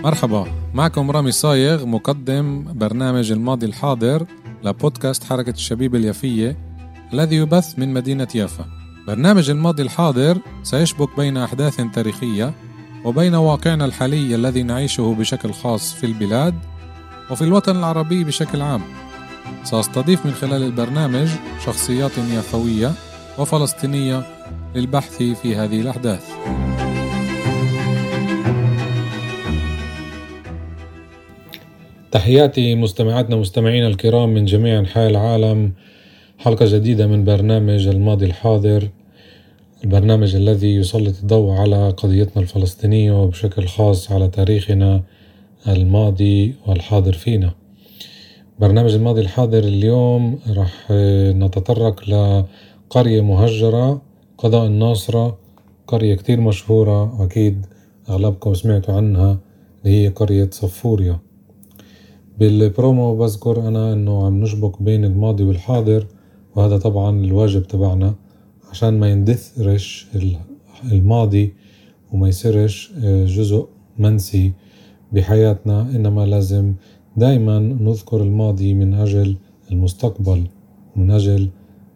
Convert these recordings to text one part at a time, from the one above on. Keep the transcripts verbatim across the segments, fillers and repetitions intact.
مرحبا، معكم رامي صايغ مقدم برنامج الماضي الحاضر لبودكاست حركة الشبيب اليافية الذي يبث من مدينة يافا. برنامج الماضي الحاضر سيشبك بين أحداث تاريخية وبين واقعنا الحالي الذي نعيشه بشكل خاص في البلاد وفي الوطن العربي بشكل عام. سأستضيف من خلال البرنامج شخصيات يافوية وفلسطينية للبحث في هذه الأحداث. تحياتي مستمعاتنا ومستمعينا الكرام من جميع أنحاء العالم. حلقة جديدة من برنامج الماضي الحاضر، البرنامج الذي يسلط الضوء على قضيتنا الفلسطينية وبشكل خاص على تاريخنا الماضي والحاضر فينا. برنامج الماضي الحاضر اليوم راح نتطرق لقرية مهجرة، قضاء الناصرة، قرية كتير مشهورة أكيد أغلبكم سمعتوا عنها، اللي هي قرية صفوريا. بالبرومو بذكر أنا أنه عم نشبك بين الماضي والحاضر، وهذا طبعا الواجب تبعنا عشان ما يندثرش الماضي وما يصيرش جزء منسي بحياتنا، إنما لازم دايما نذكر الماضي من أجل المستقبل ومن أجل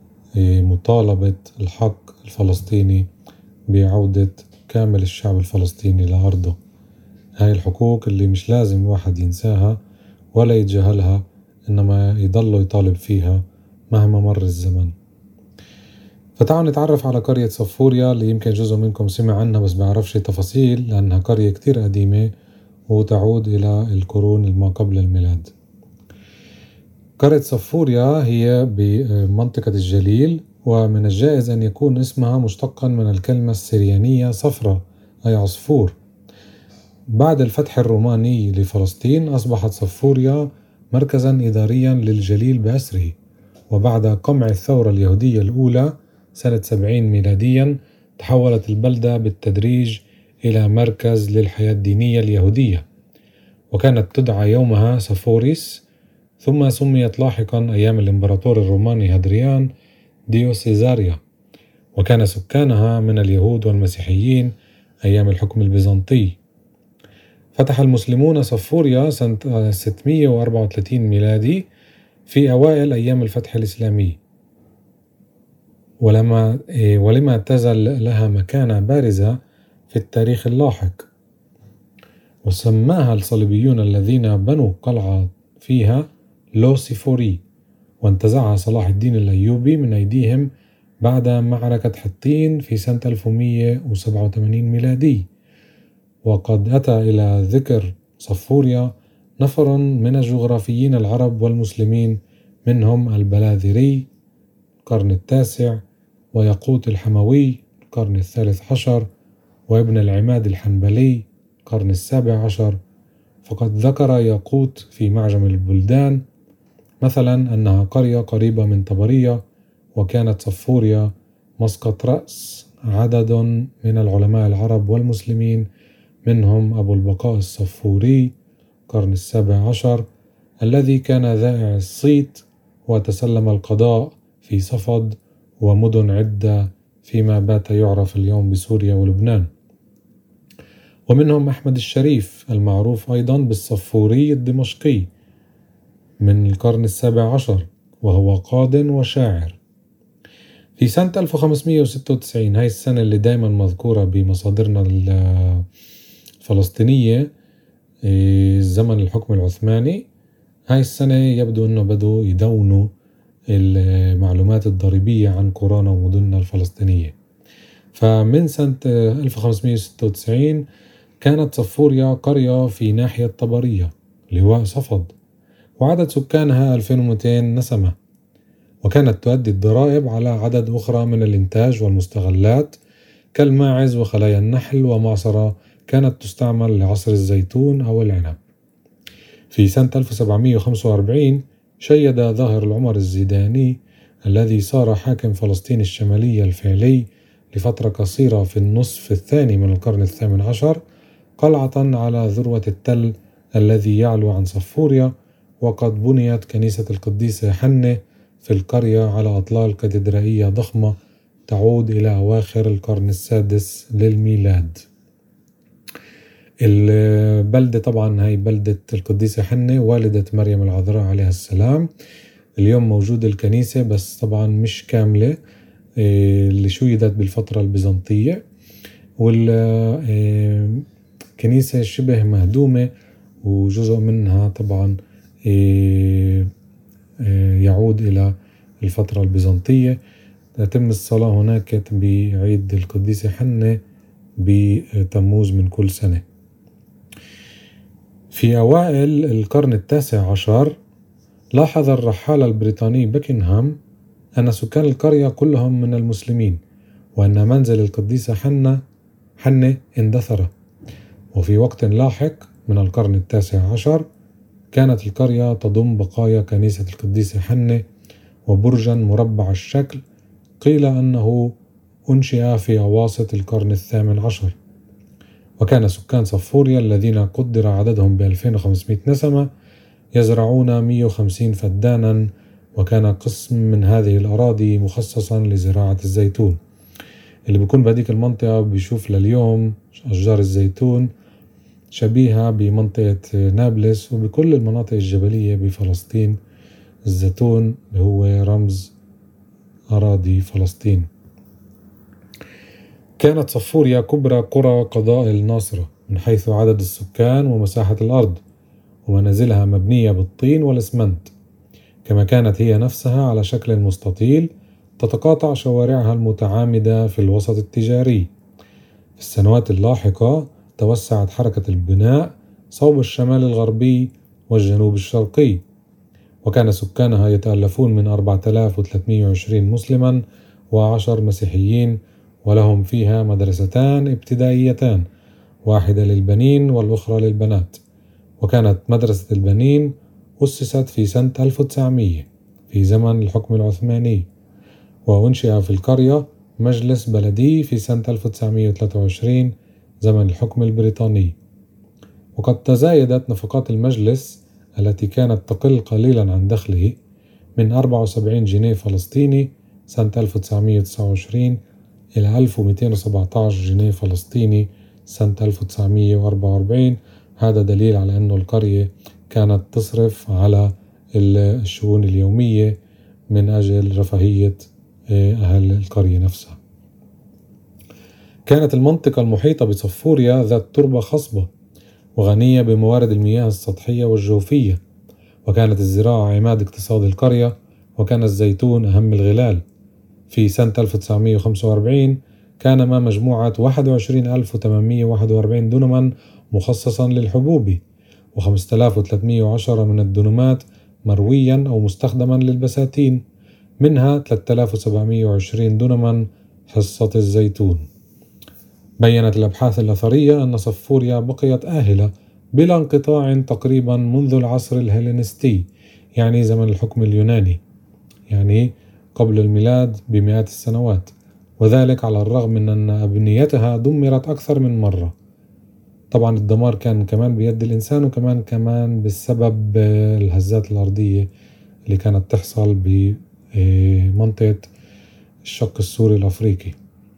مطالبة الحق الفلسطيني بعودة كامل الشعب الفلسطيني لأرضه. هاي الحقوق اللي مش لازم الواحد ينساها ولا يتجاهلها، إنما يضل يطالب فيها مهما مر الزمن. فتعالوا نتعرف على قرية صفوريا اللي يمكن جزء منكم سمع عنها بس بعرفش تفاصيل، لأنها قرية كتير قديمة وتعود إلى القرون الما قبل الميلاد. قرية صفوريا هي بمنطقة الجليل، ومن الجائز أن يكون اسمها مشتقا من الكلمة السريانية صفرة أي عصفور. بعد الفتح الروماني لفلسطين أصبحت صفوريا مركزا إداريا للجليل بأسره، وبعد قمع الثورة اليهودية الأولى سنة سبعين ميلاديا تحولت البلدة بالتدريج إلى مركز للحياة الدينية اليهودية، وكانت تدعى يومها سفوريس، ثم سميت لاحقا أيام الإمبراطور الروماني هادريان ديوسيزاريا، وكان سكانها من اليهود والمسيحيين أيام الحكم البيزنطي. فتح المسلمون صفوريا سنة ستمائة وأربعة وثلاثين ميلادي في أوائل أيام الفتح الإسلامي، ولما ولما تزل لها مكانة بارزة في التاريخ اللاحق، وسماها الصليبيون الذين بنوا قلعة فيها لوسيفوري، وانتزعها صلاح الدين الأيوبي من أيديهم بعد معركة حطين في سنة ألف ومئة وسبعة وثمانين ميلادي. وقد أتى إلى ذكر صفوريا نفر من الجغرافيين العرب والمسلمين، منهم البلاذري القرن التاسع، ويقوت الحموي القرن الثالث عشر، وابن العماد الحنبلي القرن السابع عشر. فقد ذكر يقوت في معجم البلدان مثلا أنها قرية قريبة من طبرية، وكانت صفوريا مسقط رأس عدد من العلماء العرب والمسلمين، منهم أبو البقاء الصفوري القرن السابع عشر الذي كان ذائع الصيت وتسلم القضاء في صفد ومدن عدة فيما بات يعرف اليوم بسوريا ولبنان. ومنهم أحمد الشريف المعروف أيضا بالصفوري الدمشقي من القرن السابع عشر، وهو قاض وشاعر. في سنة ألف وخمسمائة وستة وتسعين، هاي السنة اللي دايما مذكورة بمصادرنا الفلسطينية، زمن الحكم العثماني، هاي السنة يبدو أنه بدوا يدونوا المعلومات الضريبية عن قرانا ومدننا الفلسطينية. فمن سنة ألف وخمسمائة وستة وتسعين كانت صفوريا قرية في ناحية طبرية لواء صفد، وعدد سكانها ألفين ومئتين نسمة، وكانت تؤدي الضرائب على عدد أخرى من الإنتاج والمستغلات كالماعز وخلايا النحل ومعصرة كانت تستعمل لعصر الزيتون أو العنب. في سنة ألف وسبعمائة وخمسة وأربعين شيد ظاهر العمر الزيداني الذي صار حاكم فلسطين الشمالية الفعلي لفترة قصيرة في النصف الثاني من القرن الثامن عشر قلعة على ذروة التل الذي يعلو عن صفوريا، وقد بنيت كنيسة القديسة حنة في القرية على أطلال كاتدرائية ضخمة تعود إلى أواخر القرن السادس للميلاد. البلدة طبعا هي بلدة القديسة حنة والدة مريم العذراء عليها السلام. اليوم موجود الكنيسة بس طبعا مش كاملة، اللي شيدت بالفترة البيزنطية، والكنيسة شبه مهدومة، وجزء منها طبعا يعود إلى الفترة البيزنطية. تتم الصلاة هناك بعيد القديسة حنة بتموز من كل سنة. في أوائل القرن التاسع عشر لاحظ الرحالة البريطاني بكنهام أن سكان القرية كلهم من المسلمين، وأن منزل القديسة حنة حنة اندثر. وفي وقت لاحق من القرن التاسع عشر كانت القرية تضم بقايا كنيسة القديسة حنة وبرجا مربع الشكل قيل أنه أنشئ في أواسط القرن الثامن عشر. وكان سكان صفوريا الذين قدر عددهم بألفين وخمسمائة نسمة يزرعون مئة وخمسين فدانا، وكان قسم من هذه الأراضي مخصصا لزراعة الزيتون. اللي بيكون بهذيك المنطقة بيشوف لليوم أشجار الزيتون شبيهة بمنطقة نابلس وبكل المناطق الجبلية بفلسطين. الزيتون هو رمز أراضي فلسطين. كانت صفوريا كبرى قرى قضاء الناصرة من حيث عدد السكان ومساحة الأرض، ومنازلها مبنية بالطين والإسمنت، كما كانت هي نفسها على شكل مستطيل تتقاطع شوارعها المتعامدة في الوسط التجاري. في السنوات اللاحقة توسعت حركة البناء صوب الشمال الغربي والجنوب الشرقي، وكان سكانها يتألفون من أربعة آلاف وثلاثمائة وعشرين مسلما وعشر مسيحيين، ولهم فيها مدرستان ابتدائيتان، واحدة للبنين والأخرى للبنات. وكانت مدرسة البنين أسست في سنة ألف وتسعمائة في زمن الحكم العثماني، وأنشئ في القرية مجلس بلدي في سنة ألف وتسعمائة وثلاثة وعشرين زمن الحكم البريطاني. وقد تزايدت نفقات المجلس التي كانت تقل قليلا عن دخله من أربعة وسبعين جنيه فلسطيني سنة ألف وتسعمائة وتسعة وعشرين إلى ألف ومئتين وسبعة عشر جنيه فلسطيني سنة ألف وتسعمائة وأربعة وأربعين. هذا دليل على أن القرية كانت تصرف على الشؤون اليومية من أجل رفاهية أهل القرية نفسها. كانت المنطقة المحيطة بصفوريا ذات تربة خصبة وغنية بموارد المياه السطحية والجوفية، وكانت الزراعة عماد اقتصاد القرية، وكان الزيتون أهم الغلال. في سنة ألف وتسعمائة وخمسة وأربعين كان ما مجموعة واحد وعشرين ألف وثمانمائة وواحد وأربعين دنما مخصصا للحبوب، وخمسة آلاف وثلاثمائة وعشرة من الدنمات مرويا أو مستخدما للبساتين، منها ثلاثة آلاف وسبعمائة وعشرين دنما حصة الزيتون. بيّنت الأبحاث الأثرية أن صفوريا بقيت آهلة بلا انقطاع تقريبا منذ العصر الهيلينستي، يعني زمن الحكم اليوناني، يعني قبل الميلاد بمئات السنوات، وذلك على الرغم من أن أبنيتها دمرت أكثر من مرة. طبعا الدمار كان كمان بيد الإنسان، وكمان كمان بسبب الهزات الأرضية اللي كانت تحصل بمنطقة الشق السوري الأفريقي.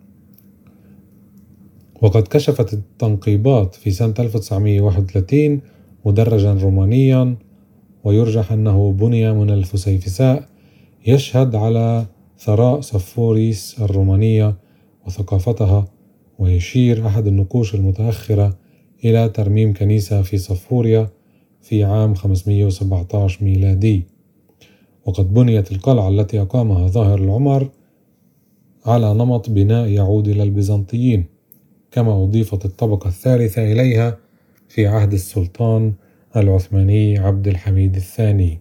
وقد كشفت التنقيبات في سنة ألف وتسعمائة وواحد وثلاثين مدرجا رومانيا، ويرجح أنه بني من الفسيفساء، يشهد على ثراء صفوريس الرومانية وثقافتها. ويشير أحد النقوش المتأخرة إلى ترميم كنيسة في صفوريا في عام خمسمائة وسبعة عشر ميلادي. وقد بنيت القلعة التي أقامها ظاهر العمر على نمط بناء يعود إلى البيزنطيين، كما أضيفت الطبقة الثالثة إليها في عهد السلطان العثماني عبد الحميد الثاني.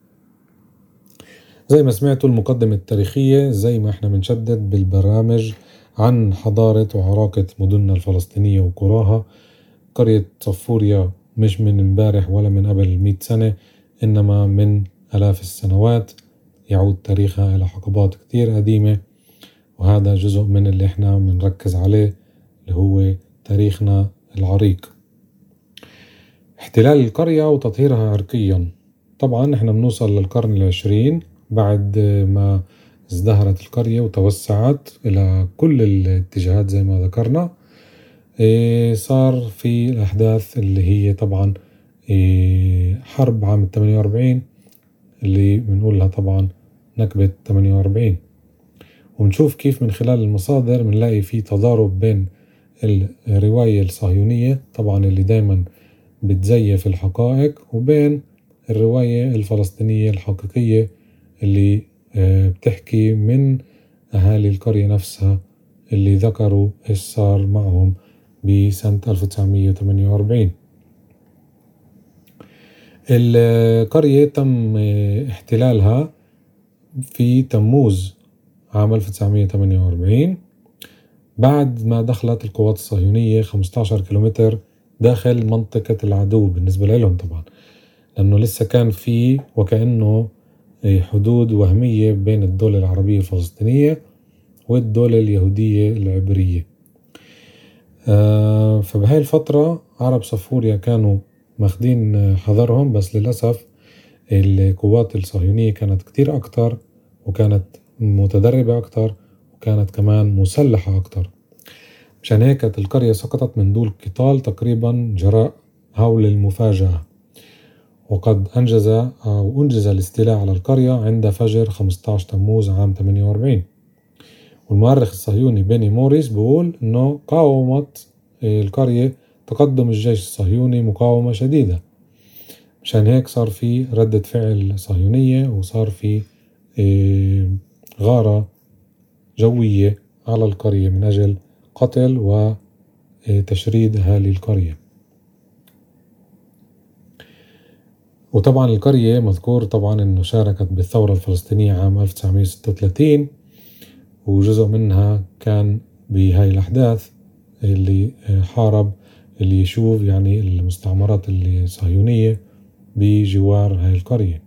زي ما سمعتوا المقدمة التاريخية، زي ما احنا بنشدد بالبرامج عن حضارة وعراقة مدننا الفلسطينية وقراها. قرية صفوريا مش من امبارح ولا من قبل مئة سنة، إنما من آلاف السنوات، يعود تاريخها إلى حقبات كتير قديمة، وهذا جزء من اللي احنا بنركز عليه اللي هو تاريخنا العريق. احتلال القرية وتطهيرها عرقيا. طبعا احنا بنوصل للقرن العشرين بعد ما ازدهرت القرية وتوسعت إلى كل الاتجاهات زي ما ذكرنا. إيه صار في الأحداث اللي هي طبعا إيه حرب عام ثمانية وأربعين اللي بنقول لها طبعا نكبة ثمانية وأربعين. ونشوف كيف من خلال المصادر بنلاقي في تضارب بين الرواية الصهيونية طبعا اللي دايما بتزيف الحقائق وبين الرواية الفلسطينية الحقيقية اللي بتحكي من أهالي القرية نفسها اللي ذكروا إيش صار معهم بسنة ألف وتسعمية وثمانية وأربعين. القرية تم احتلالها في تموز عام ألف وتسعمية وثمانية وأربعين بعد ما دخلت القوات الصهيونية خمسة عشر كيلومتر داخل منطقة العدو بالنسبة لهم طبعا، لأنه لسه كان في وكأنه حدود وهمية بين الدولة العربية الفلسطينية والدولة اليهودية العبرية. آه فبهاي الفترة عرب صفوريا كانوا ماخدين حذرهم، بس للأسف القوات الصهيونية كانت كتير أكتر وكانت متدربة أكتر وكانت كمان مسلحة أكتر، مشان هيك القرية سقطت من دون قتال تقريبا جراء هول المفاجأة. وقد أنجز أو أنجز الاستيلاء على القرية عند فجر خمسة عشر تموز عام ثمانية وأربعين. والمؤرخ الصهيوني بيني موريس بيقول إنه قاومت القرية تقدم الجيش الصهيوني مقاومة شديدة، مشان هيك صار في ردة فعل صهيونية وصار في غارة جوية على القرية من أجل قتل وتشريد أهالي القرية. وطبعا القرية مذكور طبعا أنه شاركت بالثورة الفلسطينية عام ألف وتسعمية وستة وثلاثين، وجزء منها كان بهاي الأحداث اللي حارب اللي يشوف يعني المستعمرات الصهيونية بجوار هاي القرية.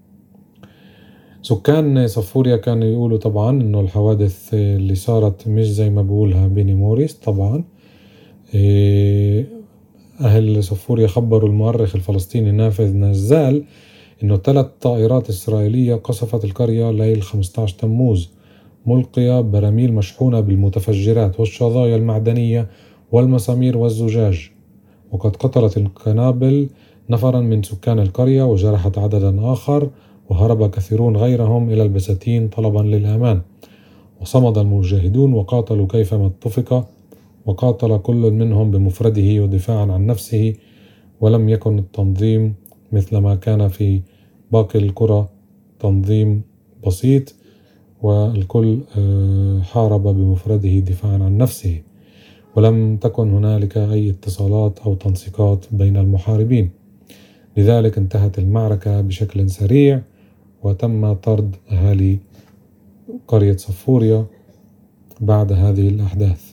سكان صفوريا كانوا يقولوا طبعا أنه الحوادث اللي صارت مش زي ما بقولها بيني موريس. طبعا أهل صفوريا خبروا المؤرخ الفلسطيني نافذ نزال أنه ثلاث طائرات إسرائيلية قصفت القرية ليلة خمسة عشر تموز ملقية براميل مشحونة بالمتفجرات والشظايا المعدنية والمسامير والزجاج، وقد قتلت القنابل نفرا من سكان القرية وجرحت عددا آخر، وهرب كثيرون غيرهم إلى البساتين طلبا للأمان. وصمد المجاهدون وقاتلوا كيفما اتفق، وقاتل كل منهم بمفرده ودفاعا عن نفسه، ولم يكن التنظيم مثل ما كان في باقي القرى تنظيم بسيط، والكل حارب بمفرده دفاعا عن نفسه، ولم تكن هنالك أي اتصالات أو تنسيقات بين المحاربين. لذلك انتهت المعركة بشكل سريع وتم طرد أهالي قرية صفوريا بعد هذه الأحداث.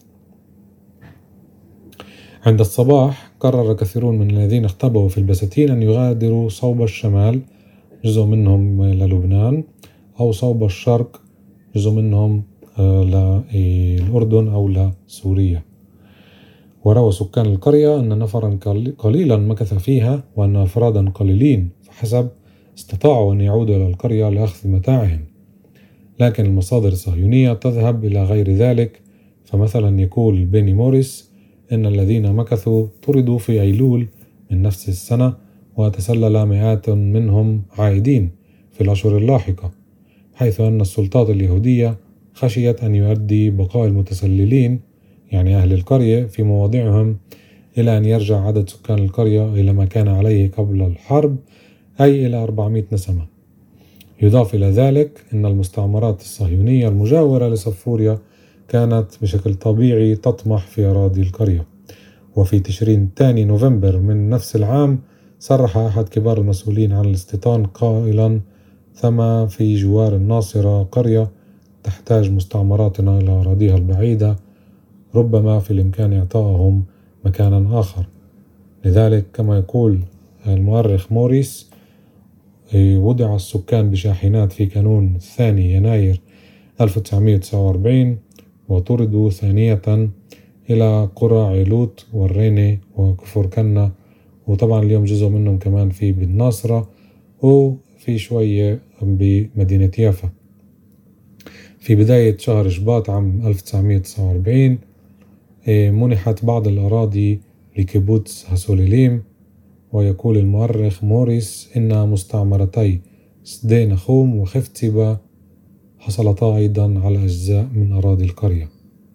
عند الصباح قرر كثيرون من الذين اختبأوا في البساتين أن يغادروا صوب الشمال، جزء منهم للبنان، أو صوب الشرق، جزء منهم للأردن أو لسوريا. وروى سكان القرية أن نفرا قليلا مكث فيها وأن أفرادا قليلين فحسب استطاعوا أن يعودوا إلى القرية لأخذ متاعهم، لكن المصادر الصهيونية تذهب إلى غير ذلك. فمثلا يقول بيني موريس إن الذين مكثوا طردوا في أيلول من نفس السنة، وتسلل مئات منهم عائدين في الأشهر اللاحقة، حيث أن السلطات اليهودية خشيت أن يؤدي بقاء المتسللين يعني أهل القرية في مواضعهم إلى أن يرجع عدد سكان القرية إلى ما كان عليه قبل الحرب، أي إلى أربعمائة نسمة. يضاف إلى ذلك أن المستعمرات الصهيونية المجاورة لصفوريا كانت بشكل طبيعي تطمح في أراضي القرية. وفي تشرين الثاني نوفمبر من نفس العام صرح أحد كبار المسؤولين عن الاستيطان قائلا: ثم في جوار الناصرة قرية تحتاج مستعمراتنا إلى أراضيها البعيدة، ربما في الإمكان إعطائهم مكانا آخر. لذلك كما يقول المؤرخ موريس، وضع السكان بشاحنات في كانون الثاني يناير ألف وتسعمائة وتسعة وأربعين وطردوا ثانية إلى قرى عيلوت والرينة وكفر كنا، وطبعا اليوم جزء منهم كمان في بالناصرة وفي شوية بمدينة يافا. في بداية شهر شباط عام ألف وتسعمائة وتسعة وأربعين منحت بعض الأراضي لكيبوتس هاسوليليم. ويقول المؤرخ موريس إن مستعمرتي سدي نخوم وخفتبة حصلتا أيضا على أجزاء من أراضي القرية.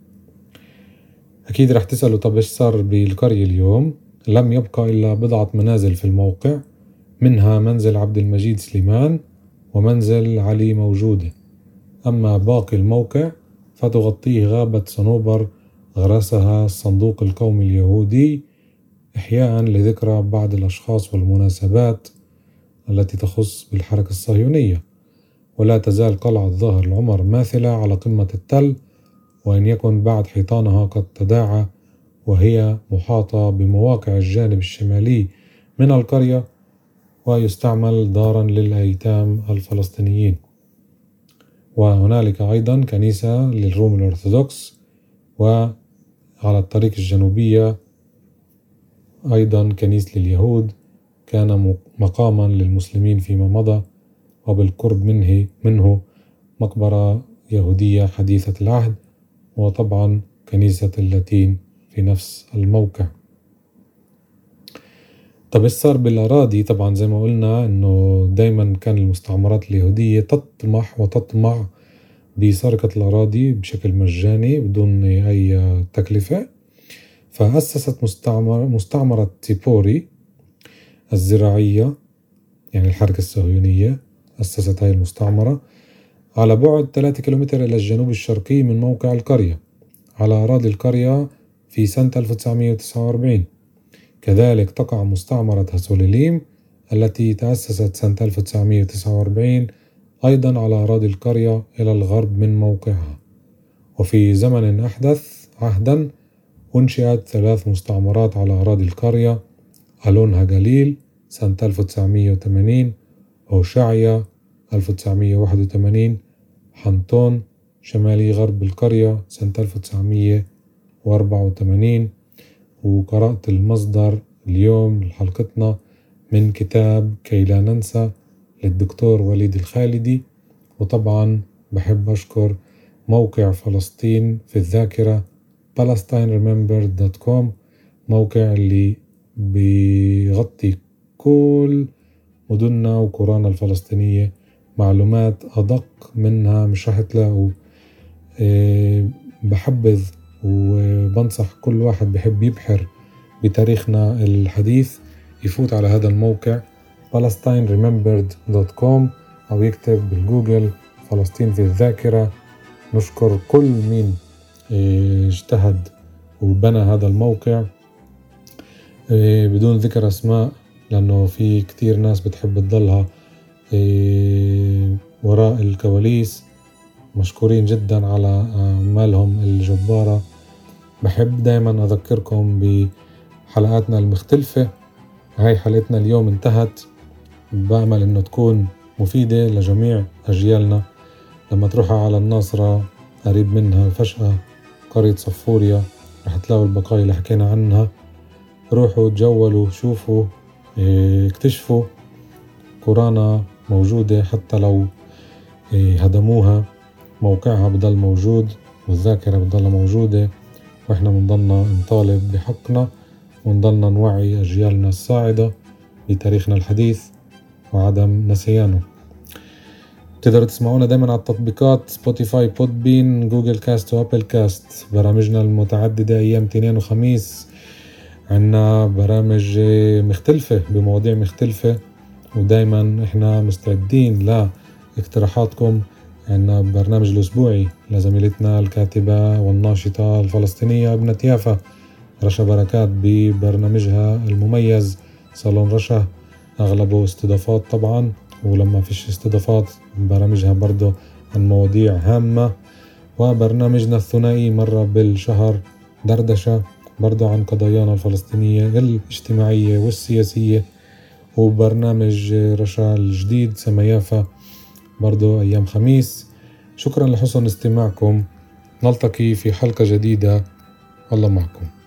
أكيد رح تسألوا طب إيش صار بالقرية اليوم؟ لم يبقى إلا بضعة منازل في الموقع، منها منزل عبد المجيد سليمان ومنزل علي موجودة. أما باقي الموقع فتغطيه غابة صنوبر غرسها الصندوق القومي اليهودي إحياء لذكرى بعض الأشخاص والمناسبات التي تخص بالحركة الصهيونية. ولا تزال قلعة ظاهر العمر ماثلة على قمة التل، وإن يكن بعد حيطانها قد تداعى، وهي محاطة بمواقع الجانب الشمالي من القرية، ويستعمل دارا للأيتام الفلسطينيين. وهنالك أيضا كنيسة للروم الأرثوذكس، وعلى الطريق الجنوبية أيضا كنيسة لليهود كان مقاما للمسلمين فيما مضى، وبالقرب منه منه مقبرة يهودية حديثة العهد، وطبعا كنيسة اللاتين في نفس الموقع. طب إيش صار بالأراضي؟ طبعا زي ما قلنا إنه دايما كان المستعمرات اليهودية تطمح وتطمع بسرقة الأراضي بشكل مجاني بدون أي تكلفة. فأسست مستعمر مستعمرة تيبوري الزراعية، يعني الحركة الصهيونية أسست هاي المستعمرة على بعد ثلاثة كيلومتر إلى الجنوب الشرقي من موقع القرية على أراضي القرية في سنة ألف وتسعمائة وتسعة وأربعين. كذلك تقع مستعمرة هاسوليليم التي تأسست سنة ألف وتسعمائة وتسعة وأربعين أيضا على أراضي القرية إلى الغرب من موقعها. وفي زمن أحدث عهدا أنشئت ثلاث مستعمرات على أراضي القرية: ألونها جليل سنة ألف وتسعمائة وثمانين، هوشعية ألف وتسعمائة وواحد وثمانين، حنطون شمالي غرب القرية سنة ألف وتسعمائة وأربعة وثمانين. وقرأت المصدر اليوم لحلقتنا من كتاب كي لا ننسى للدكتور وليد الخالدي. وطبعا بحب أشكر موقع فلسطين في الذاكرة palestine remembered دوت كوم، موقع اللي بيغطي كل مدننا وقرانا الفلسطينية معلومات أدق منها مش راح تلاقوا. أه بحبذ وبنصح كل واحد بحب يبحر بتاريخنا الحديث يفوت على هذا الموقع palestine remembered دوت كوم أو يكتب بالجوجل فلسطين في الذاكرة. نشكر كل مين اجتهد وبنى هذا الموقع بدون ذكر أسماء، لأنه في كتير ناس بتحب تضلها وراء الكواليس. مشكورين جدا على أعمالهم الجبارة. بحب دايما أذكركم بحلقاتنا المختلفة. هاي حلقتنا اليوم انتهت، بأمل أنه تكون مفيدة لجميع أجيالنا. لما تروحوا على الناصرة قريب منها فجأة قرية صفوريا رح تلاقوا البقايا اللي حكينا عنها. روحوا تجولوا شوفوا اكتشفوا قرانا موجودة، حتى لو هدموها موقعها بضل موجود والذاكرة بضل موجودة، وإحنا بنضلنا نطالب بحقنا ونضلنا نوعي أجيالنا الصاعدة بتاريخنا الحديث وعدم نسيانه. تقدروا تسمعونا دايما على التطبيقات سبوتيفاي، بودبين، جوجل كاست وابل كاست. برامجنا المتعددة أيام اثنين وخميس عنا برامج مختلفة بمواضيع مختلفة، ودايما احنا مستعدين لاقتراحاتكم. عنا برنامج الأسبوعي لزميلتنا الكاتبة والناشطة الفلسطينية ابنة يافا رشا بركات ببرنامجها المميز صالون رشا، أغلبه استضافات طبعا، ولما فيش استضافات برامجها برضو عن مواضيع هامة. وبرنامجنا الثنائي مرة بالشهر دردشة برضو عن قضايانا الفلسطينية الاجتماعية والسياسية. وبرنامج رشا الجديد سميافة برضو أيام خميس. شكرا لحسن استماعكم، نلتقي في حلقة جديدة، الله معكم.